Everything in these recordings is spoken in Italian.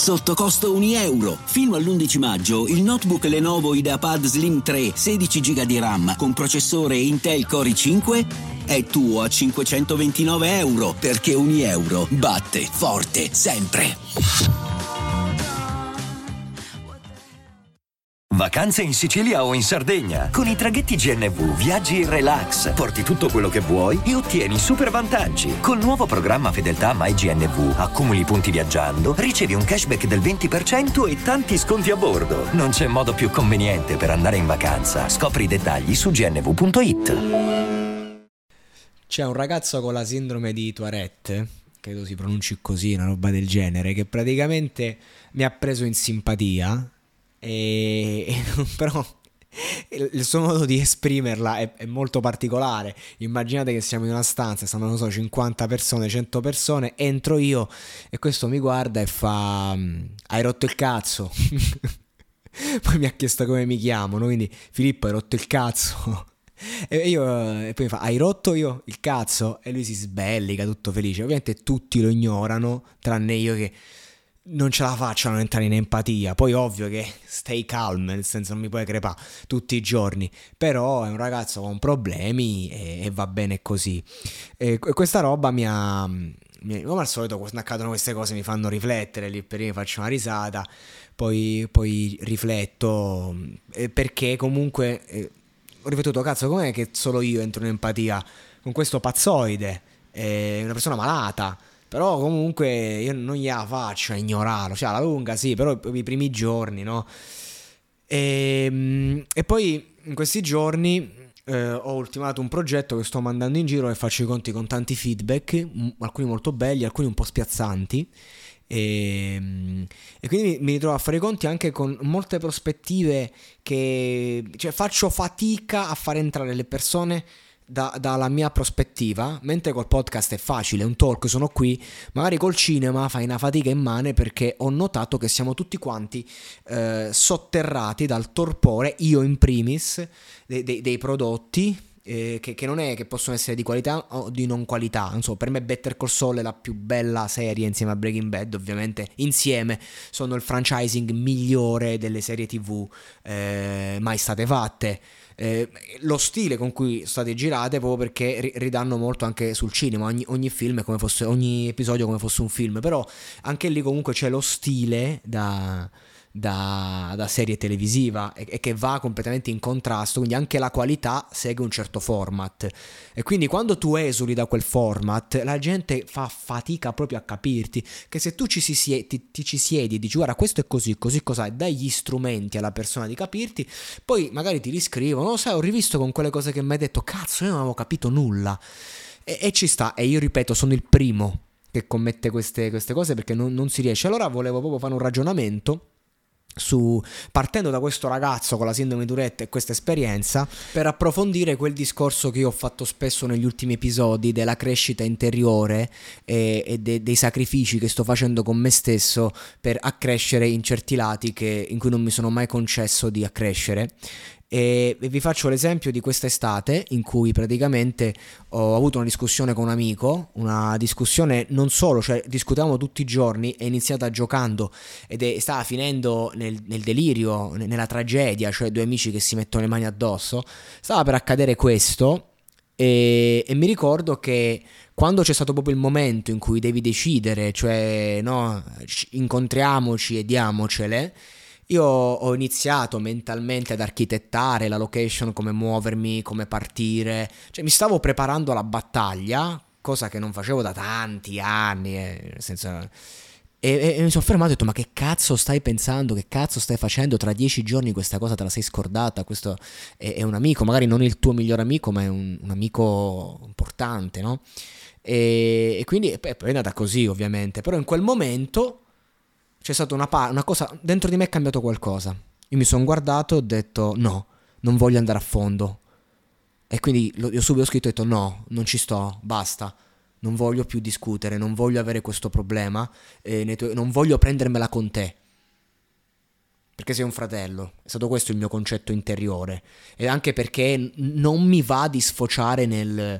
sotto costo €1. Fino all'11 maggio il notebook Lenovo IdeaPad Slim 3 16 GB di RAM con processore Intel Core i5 è tuo a €529, perché €1 batte forte sempre. Vacanze in Sicilia o in Sardegna. Con i traghetti GNV viaggi in relax, porti tutto quello che vuoi e ottieni super vantaggi. Col nuovo programma Fedeltà MyGNV accumuli punti viaggiando, ricevi un cashback del 20% e tanti sconti a bordo. Non c'è modo più conveniente per andare in vacanza. Scopri i dettagli su gnv.it. C'è un ragazzo con la sindrome di Tourette, credo si pronunci così, una roba del genere, che praticamente mi ha preso in simpatia. Però il suo modo di esprimerla è molto particolare. Immaginate che siamo in una stanza, stanno, non so, 50 persone, 100 persone, entro io e questo mi guarda e fa: hai rotto il cazzo. Poi mi ha chiesto come mi chiamo, no? Quindi Filippo, hai rotto il cazzo. E poi mi fa: hai rotto io il cazzo? E lui si sbellica tutto felice. Ovviamente tutti lo ignorano tranne io, che non ce la faccio a non entrare in empatia. Poi ovvio che stay calm, nel senso non mi puoi crepare tutti i giorni, però è un ragazzo con problemi e va bene così. E questa roba come al solito quando accadono queste cose mi fanno riflettere, lì per lì faccio una risata, poi rifletto, perché comunque ho riflettuto: cazzo, com'è che solo io entro in empatia con questo pazzoide, una persona malata? Però comunque io non gliela faccio a ignorarlo, cioè alla lunga sì, però i primi giorni, no? E poi in questi giorni ho ultimato un progetto che sto mandando in giro e faccio i conti con tanti feedback, alcuni molto belli, alcuni un po' spiazzanti, e quindi mi ritrovo a fare i conti anche con molte prospettive cioè faccio fatica a far entrare le persone dalla mia prospettiva, mentre col podcast è facile, è un talk, sono qui. Magari col cinema fai una fatica immane, perché ho notato che siamo tutti quanti sotterrati dal torpore, io in primis, dei prodotti che non è che possono essere di qualità o di non qualità. Non so, per me Better Call Saul è la più bella serie insieme a Breaking Bad, ovviamente insieme sono il franchising migliore delle serie TV mai state fatte. Lo stile con cui sono state girate, proprio perché ridanno molto anche sul cinema, ogni film è come fosse, ogni episodio come fosse un film, però anche lì comunque c'è lo stile da serie televisiva e che va completamente in contrasto, quindi anche la qualità segue un certo format, e quindi quando tu esuli da quel format la gente fa fatica proprio a capirti, che se tu ci siedi e dici: guarda, questo è così cos'è, e dai gli strumenti alla persona di capirti, poi magari ti riscrivono: sai, ho rivisto con quelle cose che mi hai detto, cazzo, io non avevo capito nulla, e ci sta. E io ripeto, sono il primo che commette queste cose, perché non si riesce. Allora volevo proprio fare un ragionamento partendo da questo ragazzo con la sindrome di Tourette e questa esperienza, per approfondire quel discorso che io ho fatto spesso negli ultimi episodi della crescita interiore e dei sacrifici che sto facendo con me stesso per accrescere in certi lati in cui non mi sono mai concesso di accrescere. E vi faccio l'esempio di quest'estate, in cui praticamente ho avuto una discussione con un amico, una discussione non solo, cioè discutevamo tutti i giorni, è iniziata giocando ed stava finendo nel delirio, nella tragedia, cioè due amici che si mettono le mani addosso. Stava per accadere questo e mi ricordo che quando c'è stato proprio il momento in cui devi decidere, cioè no, incontriamoci e diamocele, io ho iniziato mentalmente ad architettare la location, come muovermi, come partire, cioè mi stavo preparando alla battaglia, cosa che non facevo da tanti anni, nel senso. E mi sono fermato e ho detto: ma che cazzo stai pensando, che cazzo stai facendo? Tra 10 giorni questa cosa te la sei scordata. Questo è un amico, magari non il tuo migliore amico, ma è un amico importante, no? E quindi poi è andata così, ovviamente, però in quel momento c'è stata una cosa, dentro di me è cambiato qualcosa. Io mi sono guardato e ho detto: no, non voglio andare a fondo. E quindi io subito ho scritto e ho detto: no, non ci sto, basta. Non voglio più discutere, non voglio avere questo problema, non voglio prendermela con te. perché sei un fratello. È stato questo il mio concetto interiore. E anche perché non mi va di sfociare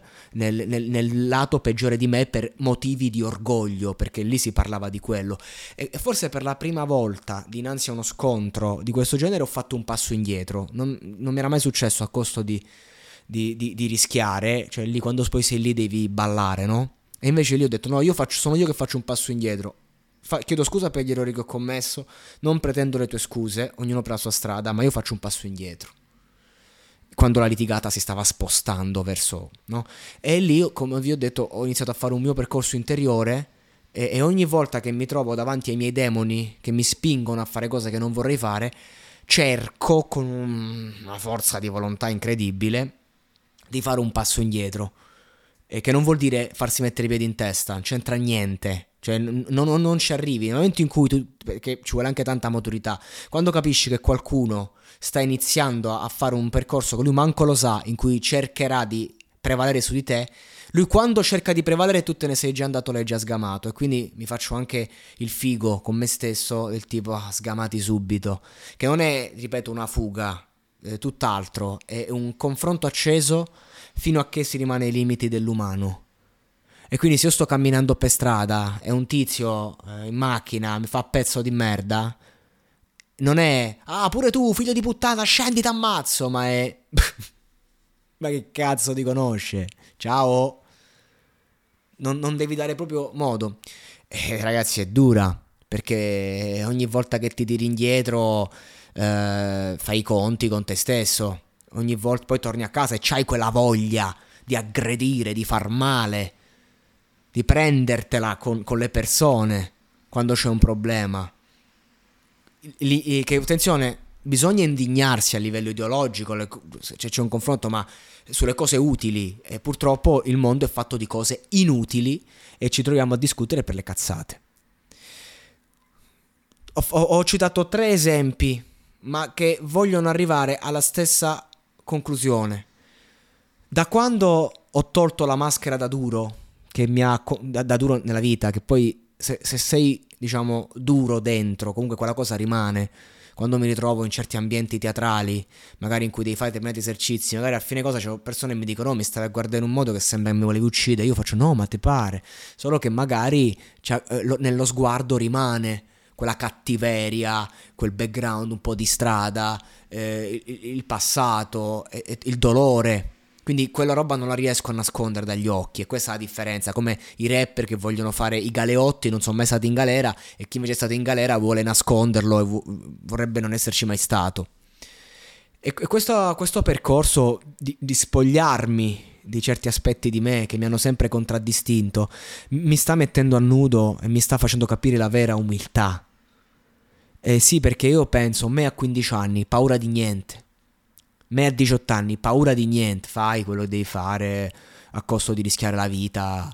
nel lato peggiore di me per motivi di orgoglio, perché lì si parlava di quello. E forse per la prima volta dinanzi a uno scontro di questo genere ho fatto un passo indietro. Non mi era mai successo a costo di rischiare, cioè lì quando poi sei lì devi ballare, no? E invece lì ho detto no, sono io che faccio un passo indietro. Chiedo scusa per gli errori che ho commesso, non pretendo le tue scuse, ognuno per la sua strada, ma io faccio un passo indietro. Quando la litigata si stava spostando verso, no? E lì, come vi ho detto, ho iniziato a fare un mio percorso interiore e ogni volta che mi trovo davanti ai miei demoni che mi spingono a fare cose che non vorrei fare, cerco con una forza di volontà incredibile di fare un passo indietro. E che non vuol dire farsi mettere i piedi in testa, non c'entra niente. Cioè non ci arrivi nel momento in cui perché ci vuole anche tanta maturità, quando capisci che qualcuno sta iniziando a fare un percorso che lui manco lo sa, in cui cercherà di prevalere su di te, lui quando cerca di prevalere tu te ne sei già andato, l'hai già sgamato. E quindi mi faccio anche il figo con me stesso, del tipo sgamati subito, che non è, ripeto, una fuga, tutt'altro, è un confronto acceso fino a che si rimane ai limiti dell'umano. E quindi se io sto camminando per strada e un tizio in macchina mi fa pezzo di merda, non è pure tu figlio di puttana scendi t'ammazzo, ma è ma che cazzo ti conosce, ciao. Non devi dare proprio modo. Ragazzi, è dura, perché ogni volta che ti tiri indietro fai i conti con te stesso. Ogni volta poi torni a casa e c'hai quella voglia di aggredire, di far male, di prendertela con le persone quando c'è un problema. Che attenzione, bisogna indignarsi a livello ideologico, c'è un confronto, ma sulle cose utili. E purtroppo il mondo è fatto di cose inutili e ci troviamo a discutere per le cazzate. Ho citato 3 esempi, ma che vogliono arrivare alla stessa conclusione. Da quando ho tolto la maschera da duro, che mi ha da duro nella vita, che poi se sei, diciamo, duro dentro, comunque quella cosa rimane. Quando mi ritrovo in certi ambienti teatrali, magari in cui devi fare determinati esercizi, magari a fine cosa c'è persone che mi dicono: no, mi stavi a guardare in un modo che sembra che mi volevi uccidere. Io faccio: no, ma te pare? Solo che magari nello sguardo rimane quella cattiveria, quel background un po' di strada, il passato, il dolore. Quindi quella roba non la riesco a nascondere dagli occhi, e questa è la differenza, come i rapper che vogliono fare i galeotti, non sono mai stati in galera, e chi invece è stato in galera vuole nasconderlo e vorrebbe non esserci mai stato. E questo percorso di spogliarmi di certi aspetti di me che mi hanno sempre contraddistinto mi sta mettendo a nudo e mi sta facendo capire la vera umiltà. Sì, perché io penso, me a 15 anni, paura di niente. Me a 18 anni, paura di niente, fai quello che devi fare a costo di rischiare la vita.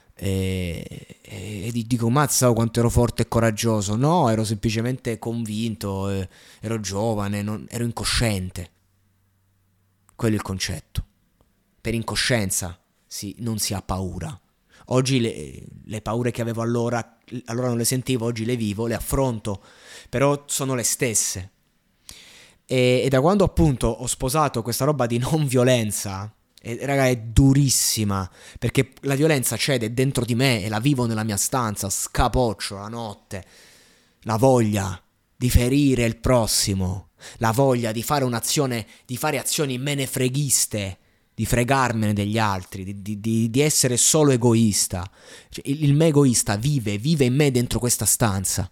E dico, mazza, quanto ero forte e coraggioso. No, ero semplicemente convinto, ero giovane, ero incosciente. Quello è il concetto. Per incoscienza non si ha paura. Oggi le paure che avevo allora non le sentivo, oggi le vivo, le affronto, però sono le stesse. E da quando appunto ho sposato questa roba di non violenza, raga, è durissima, perché la violenza c'è dentro di me e la vivo nella mia stanza, scapoccio la notte, la voglia di ferire il prossimo, la voglia di fare un'azione, di fare azioni menefreghiste, di fregarmene degli altri, di essere solo egoista. Cioè, il me egoista vive in me dentro questa stanza.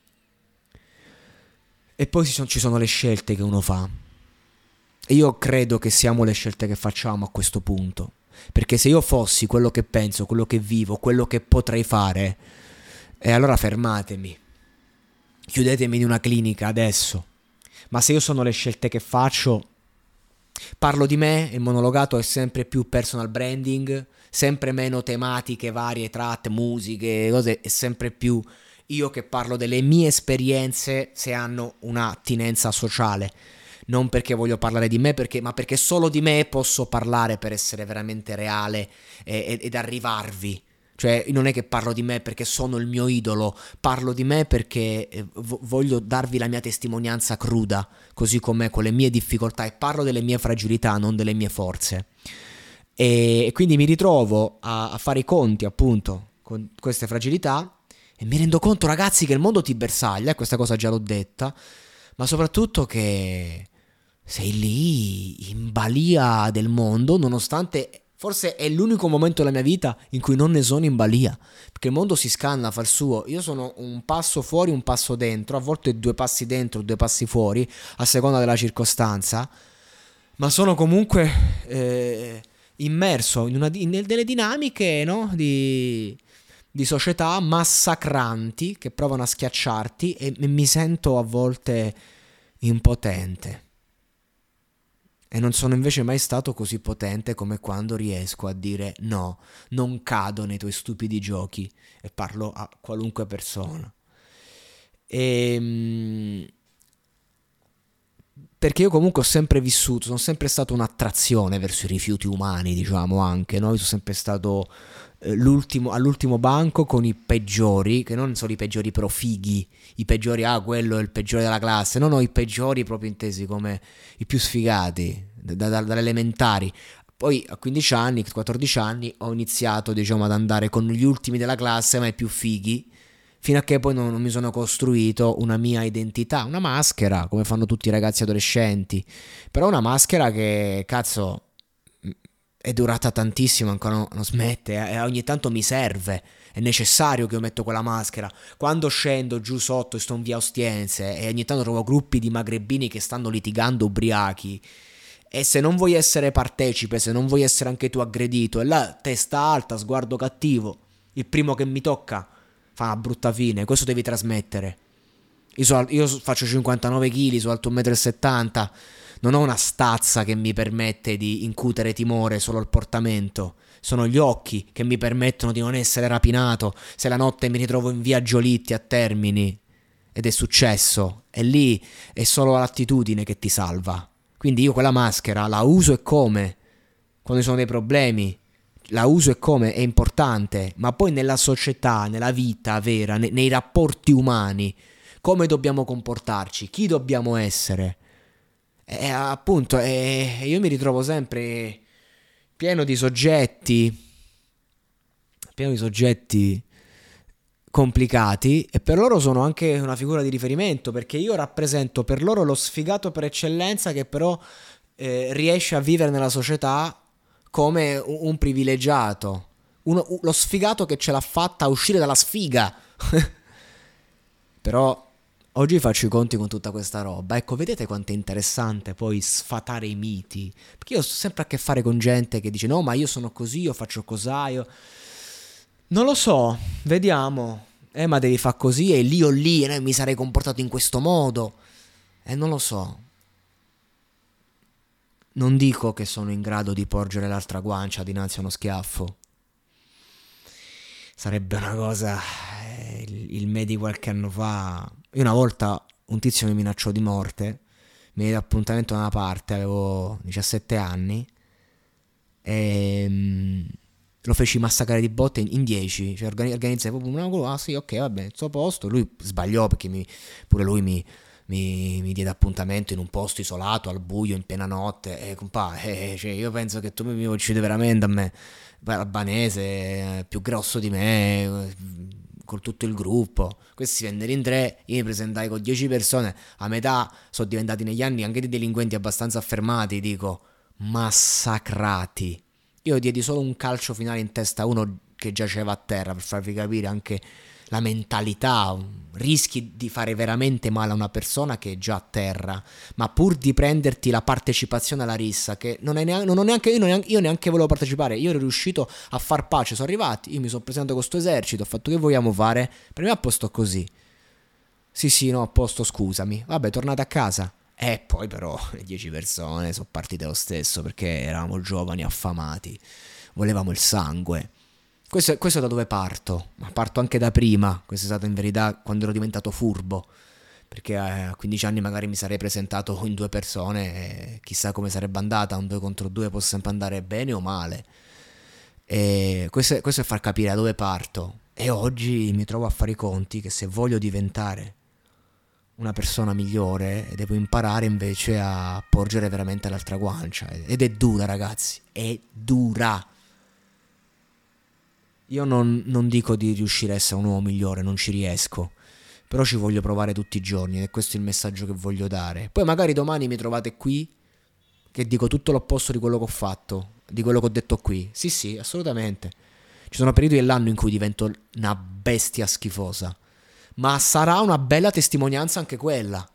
E poi ci sono le scelte che uno fa. E io credo che siamo le scelte che facciamo a questo punto. Perché se io fossi quello che penso, quello che vivo, quello che potrei fare, allora fermatemi. Chiudetemi in una clinica adesso. Ma se io sono le scelte che faccio, parlo di me, il monologato è sempre più personal branding, sempre meno tematiche varie, tratte, musiche, cose, è sempre più io che parlo delle mie esperienze se hanno un'attinenza sociale. Non perché voglio parlare di me, ma perché solo di me posso parlare per essere veramente reale ed arrivarvi. Cioè non è che parlo di me perché sono il mio idolo, parlo di me perché voglio darvi la mia testimonianza cruda, così com'è, con le mie difficoltà, e parlo delle mie fragilità, non delle mie forze. E quindi mi ritrovo a fare i conti appunto con queste fragilità e mi rendo conto, ragazzi, che il mondo ti bersaglia, questa cosa già l'ho detta, ma soprattutto che sei lì in balia del mondo, nonostante forse è l'unico momento della mia vita in cui non ne sono in balia, perché il mondo si scanna, fa il suo, io sono un passo fuori, un passo dentro, a volte 2 passi dentro, 2 passi fuori, a seconda della circostanza, ma sono comunque immerso in delle dinamiche, no? Di società massacranti che provano a schiacciarti, e mi sento a volte impotente. E non sono invece mai stato così potente come quando riesco a dire no, non cado nei tuoi stupidi giochi, e parlo a qualunque persona. Perché io comunque ho sempre vissuto, sono sempre stato un'attrazione verso i rifiuti umani, diciamo, anche, no? Io sono sempre stato all'ultimo banco con i peggiori, che non sono i peggiori però fighi, i peggiori, quello è il peggiore della classe, no, i peggiori proprio intesi come i più sfigati, dalle elementari. Poi a 15 anni, 14 anni ho iniziato, diciamo, ad andare con gli ultimi della classe, ma i più fighi, fino a che poi non mi sono costruito una mia identità, una maschera, come fanno tutti i ragazzi adolescenti, però una maschera che, cazzo, è durata tantissimo, ancora non smette, e ogni tanto mi serve, è necessario che io metto quella maschera. Quando scendo giù sotto e sto in via Ostiense e ogni tanto trovo gruppi di magrebini che stanno litigando ubriachi, e se non vuoi essere partecipe, se non vuoi essere anche tu aggredito, e là testa alta, sguardo cattivo, il primo che mi tocca fa una brutta fine, questo devi trasmettere. Io faccio 59 kg, sono alto 1,70 m, non ho una stazza che mi permette di incutere timore solo al portamento. Sono gli occhi che mi permettono di non essere rapinato se la notte mi ritrovo in via Giolitti a Termini. Ed è successo. E lì è solo l'attitudine che ti salva. Quindi io quella maschera la uso e come. Quando ci sono dei problemi, la uso e come, è importante. Ma poi nella società, nella vita vera, nei rapporti umani, come dobbiamo comportarci? Chi dobbiamo essere? E appunto, io mi ritrovo sempre pieno di soggetti complicati, e per loro sono anche una figura di riferimento, perché io rappresento per loro lo sfigato per eccellenza, che però riesce a vivere nella società come un privilegiato, lo sfigato che ce l'ha fatta a uscire dalla sfiga. Però oggi faccio i conti con tutta questa roba. Ecco, vedete quanto è interessante poi sfatare i miti, perché io ho sempre a che fare con gente che dice no, ma io sono così, io faccio cos'ha, io non lo so, vediamo. Ma devi fare così, e lì o lì mi sarei comportato in questo modo, non lo so. Non dico che sono in grado di porgere l'altra guancia dinanzi a uno schiaffo. Sarebbe una cosa. Il me di qualche anno fa. Io una volta un tizio mi minacciò di morte. Mi diede appuntamento da una parte, avevo 17 anni. E lo feci massacrare di botte in 10. Cioè organizzai proprio una. Sì, ok, va bene, sto posto. Lui sbagliò perché pure lui mi diede appuntamento in un posto isolato, al buio, in piena notte. Cioè, io penso che tu mi uccidi veramente a me, albanese, più grosso di me, con tutto il gruppo. Questi si vennero in 3, io mi presentai con 10 persone, a metà sono diventati negli anni anche dei delinquenti abbastanza affermati, dico, massacrati. Io diedi solo un calcio finale in testa a uno che giaceva a terra, per farvi capire anche la mentalità. Rischi di fare veramente male a una persona che è già a terra, ma pur di prenderti la partecipazione alla rissa, che io neanche volevo partecipare. Io ero riuscito a far pace, sono arrivati, io mi sono presentato con sto esercito, ho fatto che vogliamo fare, per me a posto così. Sì, no, a posto, scusami, vabbè, tornate a casa. E poi però le 10 persone sono partite lo stesso, perché eravamo giovani affamati, volevamo il sangue. Questo è da dove parto, ma parto anche da prima. Questo è stato in verità quando ero diventato furbo, perché a 15 anni magari mi sarei presentato in 2 persone e chissà come sarebbe andata. Un 2 contro 2 può sempre andare bene o male. E questo è far capire da dove parto. E oggi mi trovo a fare i conti che se voglio diventare una persona migliore devo imparare invece a porgere veramente l'altra guancia. Ed è dura, ragazzi, è dura. Io non dico di riuscire a essere un uomo migliore, non ci riesco, però ci voglio provare tutti i giorni ed è questo il messaggio che voglio dare. Poi magari domani mi trovate qui che dico tutto l'opposto di quello che ho fatto, di quello che ho detto qui. Sì, assolutamente. Ci sono periodi dell'anno in cui divento una bestia schifosa, ma sarà una bella testimonianza anche quella.